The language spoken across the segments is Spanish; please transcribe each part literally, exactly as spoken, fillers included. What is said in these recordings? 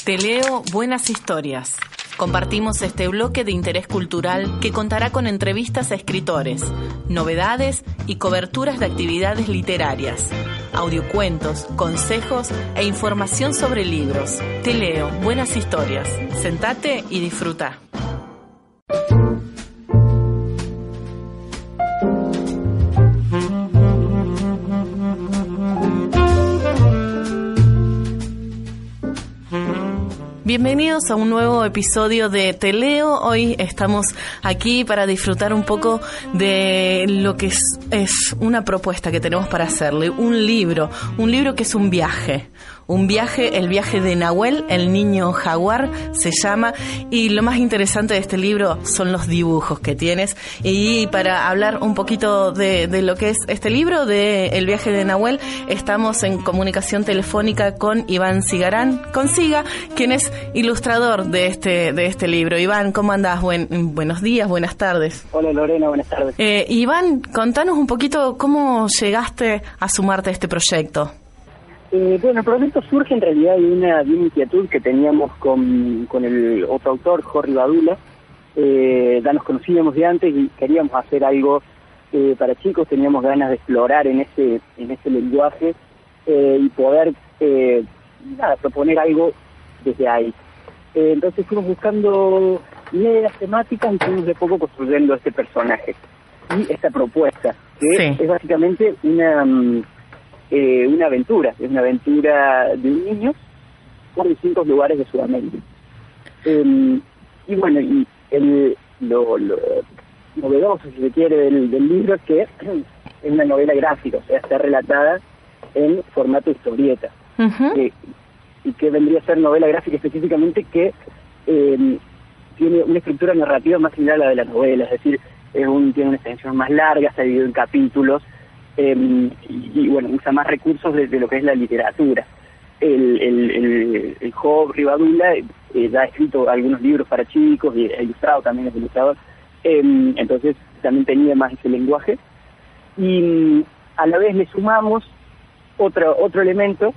Te leo buenas historias. Compartimos este bloque de interés cultural que contará con entrevistas a escritores, novedades y coberturas de actividades literarias, audiocuentos, consejos e información sobre libros. Te leo buenas historias. Sentate y disfruta. Bienvenidos a un nuevo episodio de Te Leo. Hoy estamos aquí para disfrutar un poco de lo que es, es una propuesta que tenemos para hacerle, un libro, un libro que es un viaje. Un viaje, el viaje de Nahuel, el niño jaguar se llama, y lo más interesante de este libro son los dibujos que tienes. Y para hablar un poquito de, de lo que es este libro, de El viaje de Nahuel, estamos en comunicación telefónica con Iván Cigarán, con Siga, quien es ilustrador de este de este libro. Iván, ¿cómo andás? Buen, buenos días, buenas tardes. Hola Lorena, buenas tardes. Eh, Iván, contanos un poquito cómo llegaste a sumarte a este proyecto. Eh, bueno, el proyecto surge en realidad de una, de una inquietud que teníamos con, con el otro autor, Jorge Badula. Eh, ya nos conocíamos de antes y queríamos hacer algo eh, para chicos, teníamos ganas de explorar en ese, en ese lenguaje eh, y poder eh, nada, proponer algo desde ahí. Eh, entonces fuimos buscando ideas temáticas y fuimos de poco construyendo este personaje y esta propuesta, que sí. es básicamente una... Eh, una aventura, es una aventura de un niño por distintos lugares de Sudamérica. Eh, y bueno, y el, lo, lo novedoso, si se quiere, del, del libro es que es una novela gráfica, o sea, está relatada en formato historieta. Uh-huh. eh, y que vendría a ser novela gráfica específicamente, que eh, tiene una estructura narrativa más similar a la de la novela, es decir, es un, tiene una extensión más larga, está dividido en capítulos. Eh, y, y bueno, usa más recursos de, de lo que es la literatura. El, el, el, el joven Rivadula eh, ya ha escrito algunos libros para chicos y ha ilustrado, también es ilustrador, eh, entonces también tenía más ese lenguaje. Y a la vez le sumamos otro otro elemento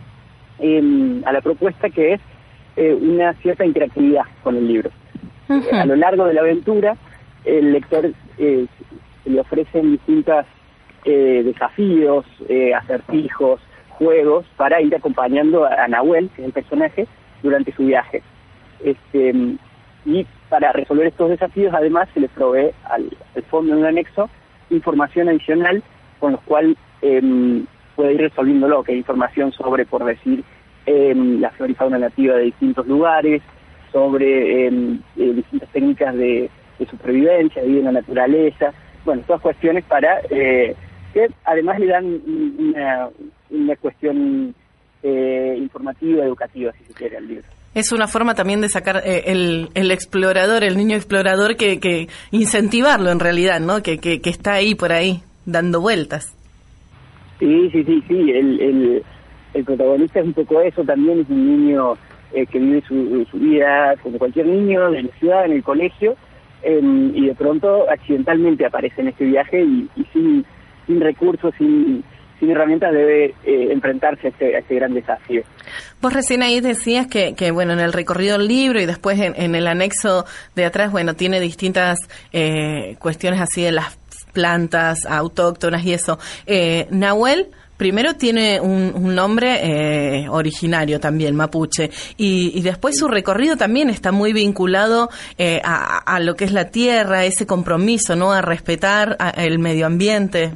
eh, a la propuesta, que es eh, una cierta interactividad con el libro. Uh-huh. Eh, a lo largo de la aventura, el lector eh, le ofrecen distintas Eh, desafíos, eh, acertijos, juegos para ir acompañando a, a Nahuel, que es el personaje, durante su viaje. Este, y para resolver estos desafíos, además, se le provee al, al fondo en un anexo información adicional con los cual eh, puede ir resolviéndolo, que hay información sobre, por decir, eh, la flora y fauna nativa de distintos lugares, sobre eh, eh, distintas técnicas de, de supervivencia, de vida en la naturaleza, bueno, todas cuestiones para... Eh, que además le dan una, una cuestión eh, informativa, educativa, si se quiere, al libro. Es una forma también de sacar eh, el, el explorador, el niño explorador, que, que incentivarlo en realidad, ¿no? Que, que, que está ahí por ahí, dando vueltas. Sí, sí, sí, sí. El, el, el protagonista es un poco eso también, es un niño eh, que vive su, su vida como cualquier niño de la ciudad, en el colegio, eh, y de pronto accidentalmente aparece en este viaje y, y sin... sin recursos, sin, sin herramientas, debe eh, enfrentarse a este, a este gran desafío. Vos recién ahí decías que, que bueno, en el recorrido del libro y después en, en el anexo de atrás, bueno, tiene distintas eh, cuestiones así de las plantas autóctonas y eso. Eh, Nahuel, primero tiene un, un nombre eh, originario también, mapuche, y, y después su recorrido también está muy vinculado eh, a, a lo que es la tierra, ese compromiso, ¿no?, a respetar a, el medio ambiente.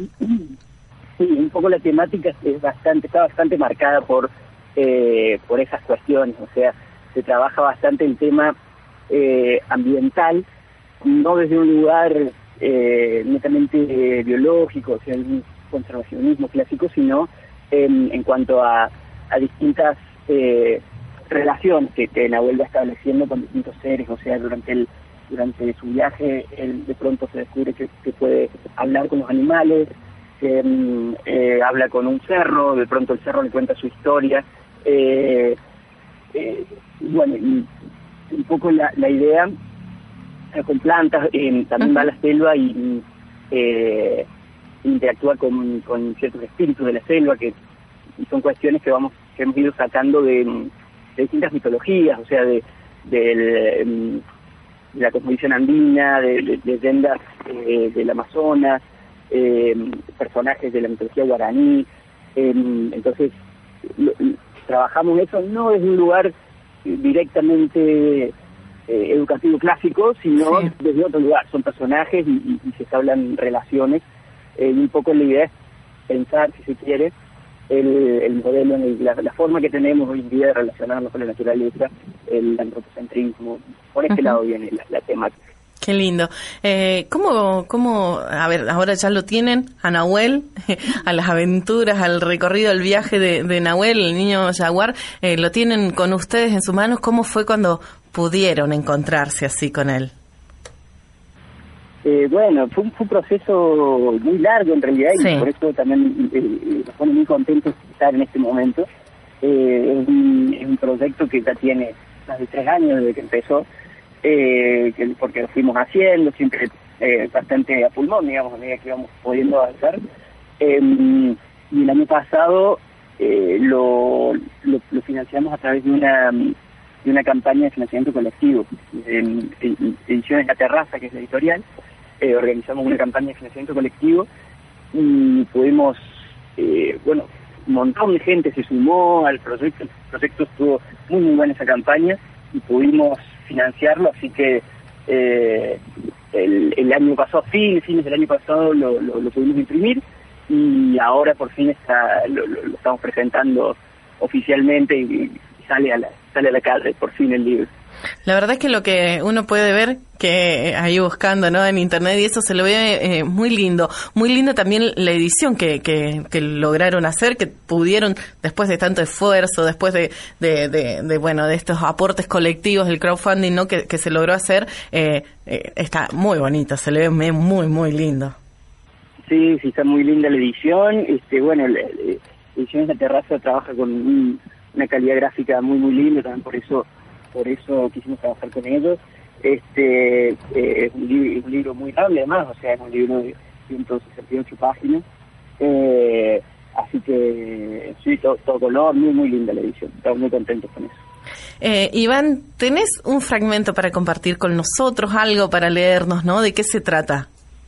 Sí, un poco la temática es bastante, está bastante marcada por eh, por esas cuestiones, o sea, se trabaja bastante el tema eh, ambiental, no desde un lugar eh, netamente eh, biológico, o sea, un conservacionismo clásico, sino eh, en cuanto a, a distintas eh, relaciones que, que Nahuel va estableciendo con distintos seres, o sea, durante el durante su viaje él de pronto se descubre que, que puede hablar con los animales, que eh, habla con un cerro, de pronto el cerro le cuenta su historia, eh, eh, bueno, y un poco la, la idea eh, con plantas, eh, también uh-huh. va a la selva y eh, interactúa con, con ciertos espíritus de la selva, que y son cuestiones que vamos que hemos ido sacando de de distintas mitologías, o sea, de, de, de, de la cosmovisión andina, de, de, de leyendas eh, del Amazonas, eh, personajes de la mitología guaraní. Eh, entonces, lo, trabajamos eso no desde un lugar directamente eh, educativo clásico, sino sí. desde otro lugar. Son personajes y, y, y se hablan relaciones. Eh, y un poco la idea es pensar, si se quiere, el, el modelo, el, la, la forma que tenemos hoy en día de relacionarnos con la naturaleza, el antropocentrismo. Por este uh-huh. lado viene la, la temática. Qué lindo. Eh, ¿cómo, cómo, a ver, ahora ya lo tienen a Nahuel, a las aventuras, al recorrido, al viaje de, de Nahuel, el niño jaguar, eh, lo tienen con ustedes en sus manos? ¿Cómo fue cuando pudieron encontrarse así con él? Eh, bueno, fue un, fue un proceso muy largo en realidad, sí. y por eso también eh, nos pone muy contentos de estar en este momento. Eh, es, un, es un proyecto que ya tiene más de tres años desde que empezó. Eh, que, porque lo fuimos haciendo siempre eh, bastante a pulmón, digamos, a medida que íbamos pudiendo avanzar. Eh, y el año pasado eh, lo, lo, lo financiamos a través de una de una campaña de financiamiento colectivo. En, en Ediciones La Terraza, que es la editorial, eh, organizamos una campaña de financiamiento colectivo y pudimos, eh, bueno, un montón de gente se sumó al proyecto. El proyecto estuvo muy, muy buena esa campaña y pudimos financiarlo, así que eh, el, el año pasado, fines, fines del año pasado lo, lo, lo pudimos imprimir y ahora por fin está lo, lo, lo estamos presentando oficialmente y, y sale a la sale a la calle por fin el libro. La verdad es que lo que uno puede ver, que ahí buscando, ¿no?, en internet y eso se lo ve eh, muy lindo, muy lindo también la edición que, que, que lograron hacer, que pudieron, después de tanto esfuerzo, después de, de, de, de bueno, de estos aportes colectivos, el crowdfunding, ¿no?, que, que se logró hacer, eh, eh, está muy bonito, se le ve muy, muy lindo. Sí, sí, está muy linda la edición. Este, bueno, la, la Ediciones La Terraza trabaja con un, una calidad gráfica muy, muy linda, también por eso por eso quisimos trabajar con ellos. Este eh, es un, li- un libro muy grande además, o sea, es un libro de ciento sesenta y ocho páginas, eh, así que sí, todo, todo color, muy muy linda la edición, estamos muy contentos con eso. Eh, Iván, ¿tenés un fragmento para compartir con nosotros, algo para leernos, ¿no? ¿De qué se trata?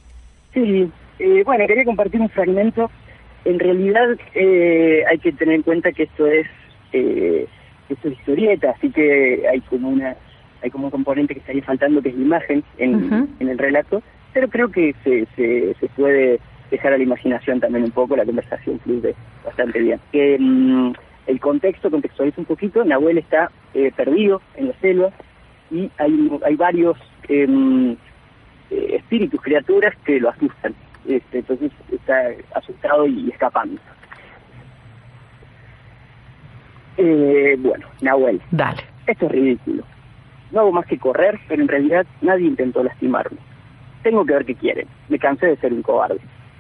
Sí, eh, bueno, quería compartir un fragmento. En realidad eh, hay que tener en cuenta que esto es eh, esto es historieta, así que hay como una hay como un componente que estaría faltando, que es la imagen en, uh-huh. en el relato, pero creo que se, se, se puede dejar a la imaginación también un poco, la conversación fluye bastante bien. Eh, el contexto, contextualiza un poquito. Nahuel está eh, perdido en la selva y hay, hay varios eh, eh, espíritus, criaturas que lo asustan. Este, entonces está asustado y escapando. Eh, bueno, Nahuel. Dale. Esto es ridículo. No hago más que correr, pero en realidad nadie intentó lastimarme. Tengo que ver qué quieren. Me cansé de ser un cobarde.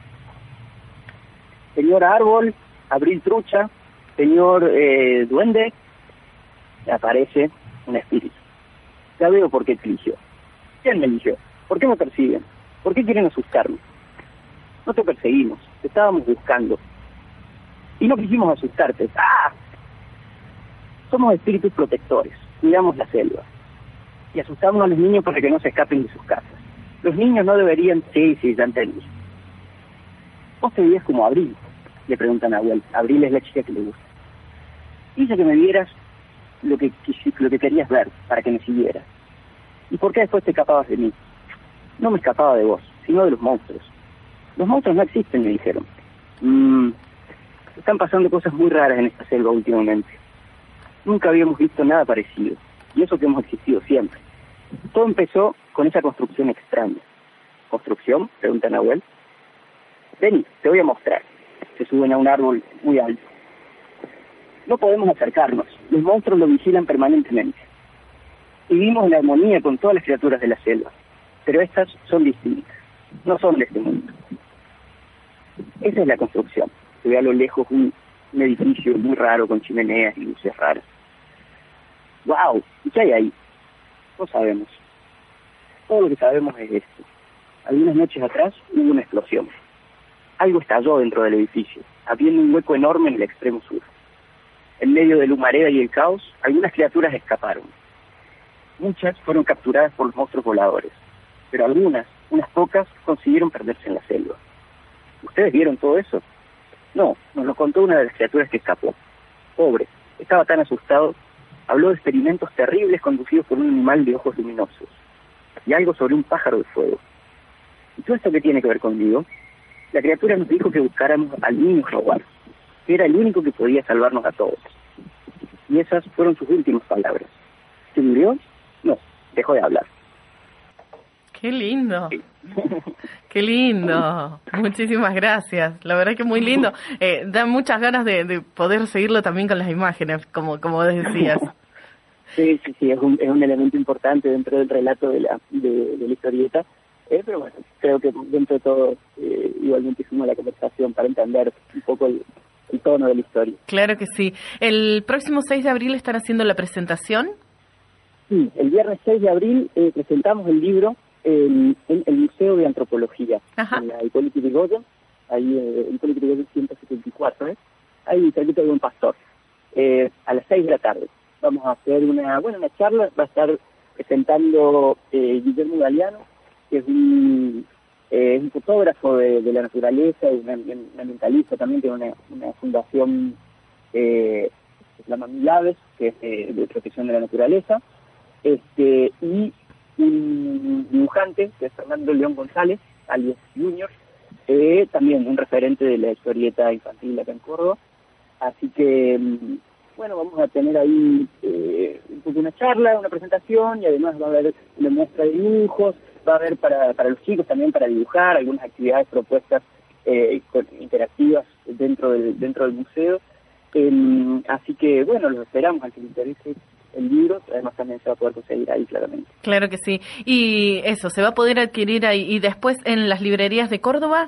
Señor Árbol, Abril Trucha, señor eh, Duende, aparece un espíritu. Ya veo por qué te eligió. ¿Quién me eligió? ¿Por qué me persiguen? ¿Por qué quieren asustarme? No te perseguimos, te estábamos buscando. Y no quisimos asustarte. ¡Ah! Somos espíritus protectores, cuidamos la selva. Y asustamos a los niños para que no se escapen de sus casas. Los niños no deberían... Sí, sí, ya entendí. ¿Vos te veías como Abril? Le preguntan a Nahuel. Abril es la chica que le gusta. Hice que me vieras lo que, lo que querías ver, para que me siguieras. ¿Y por qué después te escapabas de mí? No me escapaba de vos, sino de los monstruos. Los monstruos no existen, me dijeron. Mm, están pasando cosas muy raras en esta selva últimamente. Nunca habíamos visto nada parecido, y eso que hemos existido siempre. Todo empezó con esa construcción extraña. ¿Construcción?, pregunta Nahuel. Vení, te voy a mostrar. Se suben a un árbol muy alto. No podemos acercarnos, los monstruos lo vigilan permanentemente. Vivimos en armonía con todas las criaturas de la selva, pero estas son distintas, no son de este mundo. Esa es la construcción. Se ve a lo lejos un, un edificio muy raro con chimeneas y luces raras. ¡Wow! ¿Y qué hay ahí? No sabemos. Todo lo que sabemos es esto. Algunas noches atrás hubo una explosión. Algo estalló dentro del edificio, abriendo un hueco enorme en el extremo sur. En medio de la humareda y el caos, algunas criaturas escaparon. Muchas fueron capturadas por los monstruos voladores, pero algunas, unas pocas, consiguieron perderse en la selva. ¿Ustedes vieron todo eso? No, nos lo contó una de las criaturas que escapó. Pobre, estaba tan asustado. Habló de experimentos terribles conducidos por un animal de ojos luminosos. Y algo sobre un pájaro de fuego. ¿Y todo esto qué tiene que ver conmigo? La criatura nos dijo que buscáramos al niño jaguar, que era el único que podía salvarnos a todos. Y esas fueron sus últimas palabras. ¿Se murió? No, dejó de hablar. ¡Qué lindo! ¡Qué lindo! Muchísimas gracias. La verdad que muy lindo. Eh, da muchas ganas de, de poder seguirlo también con las imágenes, como como vos decías. Sí, sí, sí, es un, es un elemento importante dentro del relato de la, de, de la historieta. Eh, pero bueno, creo que dentro de todo eh, igualmente suma la conversación para entender un poco el, el tono de la historia. Claro que sí. ¿El próximo seis de abril están haciendo la presentación? Sí, el viernes seis de abril eh, presentamos el libro en, en el Museo de Antropología, Ajá. en la Hipólito Yrigoyen, ahí eh, en Hipólito Yrigoyen ciento setenta y cuatro, ¿eh? Ahí cerquita de Buen Pastor, eh, a las seis de la tarde. Vamos a hacer una, bueno, una charla, va a estar presentando eh, Guillermo Galeano, que es un, eh, un fotógrafo de, de la naturaleza y un, un ambientalista también, tiene una, una fundación eh, que se llama Mil Aves, que es de, de protección de la naturaleza, este y un dibujante, que es Fernando León González, alias Junior, eh, también un referente de la historieta infantil acá en Córdoba. Así que, bueno, vamos a tener ahí eh, una charla, una presentación, y además va a haber una muestra de dibujos, va a haber para, para los chicos también para dibujar, algunas actividades propuestas eh, interactivas dentro del, dentro del museo. Eh, así que, bueno, los esperamos al que le interese el libro, además también se va a poder conseguir ahí claramente. Claro que sí. Y eso, ¿se va a poder adquirir ahí y después en las librerías de Córdoba?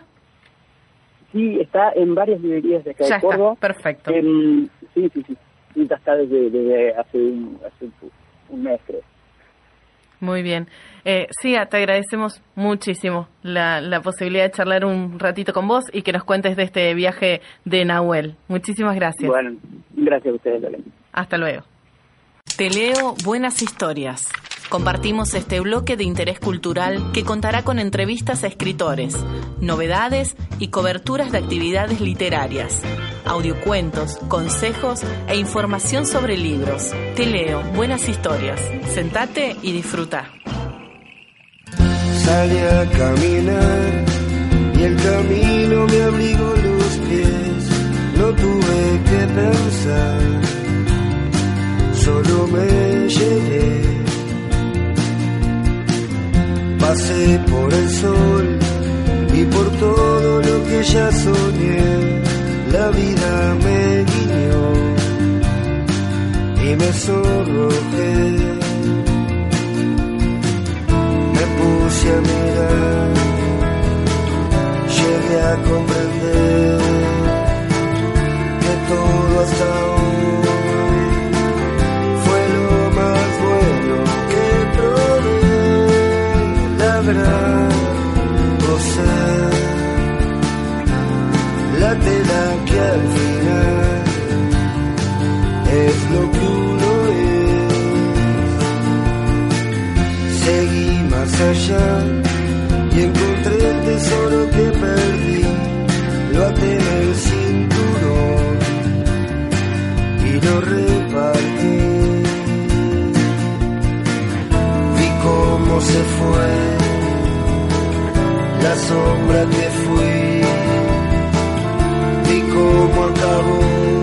Sí, está en varias librerías de acá ya de Córdoba. Está, perfecto. Eh, sí, sí, sí, sí, ya está desde, desde hace, un, hace un, un mes, creo. Muy bien. Eh, sí, te agradecemos muchísimo la, la posibilidad de charlar un ratito con vos y que nos cuentes de este viaje de Nahuel. Muchísimas gracias. Bueno, gracias a ustedes, Lorena. Hasta luego. Te leo buenas historias. Compartimos este bloque de interés cultural que contará con entrevistas a escritores, novedades y coberturas de actividades literarias, audiocuentos, consejos e información sobre libros. Te leo buenas historias. Sentate y disfruta. Salí a caminar y el camino me abrigó los pies. No tuve que pensar, solo me llevé. Pasé por el sol y por todo lo que ya soñé. La vida me guiñó y me sonrojé. Me puse a mirar, llegué a comprender que todo hasta hoy fue lo más bueno que probé. La gran cosa, la tela que al final es lo que uno es. Seguí más allá y encontré el tesoro que perdí. Lo até en el cinturón y lo repartí. Vi cómo se fue la sombra que fui, vi cómo acabó,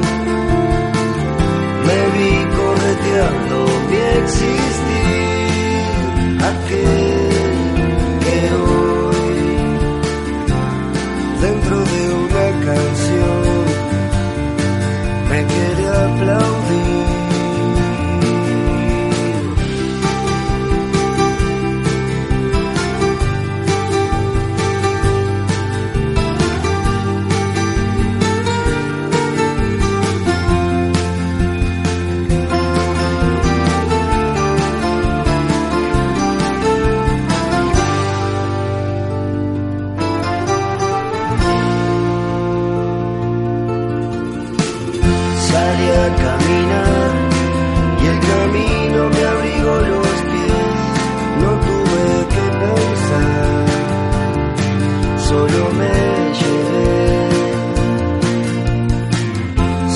me vi correteando mi existir, aquel que hoy dentro de una canción me quiere aplaudir.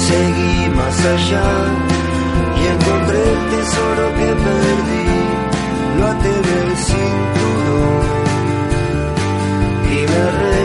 seguí más allá y encontré el tesoro que perdí, lo até del cinturón y me re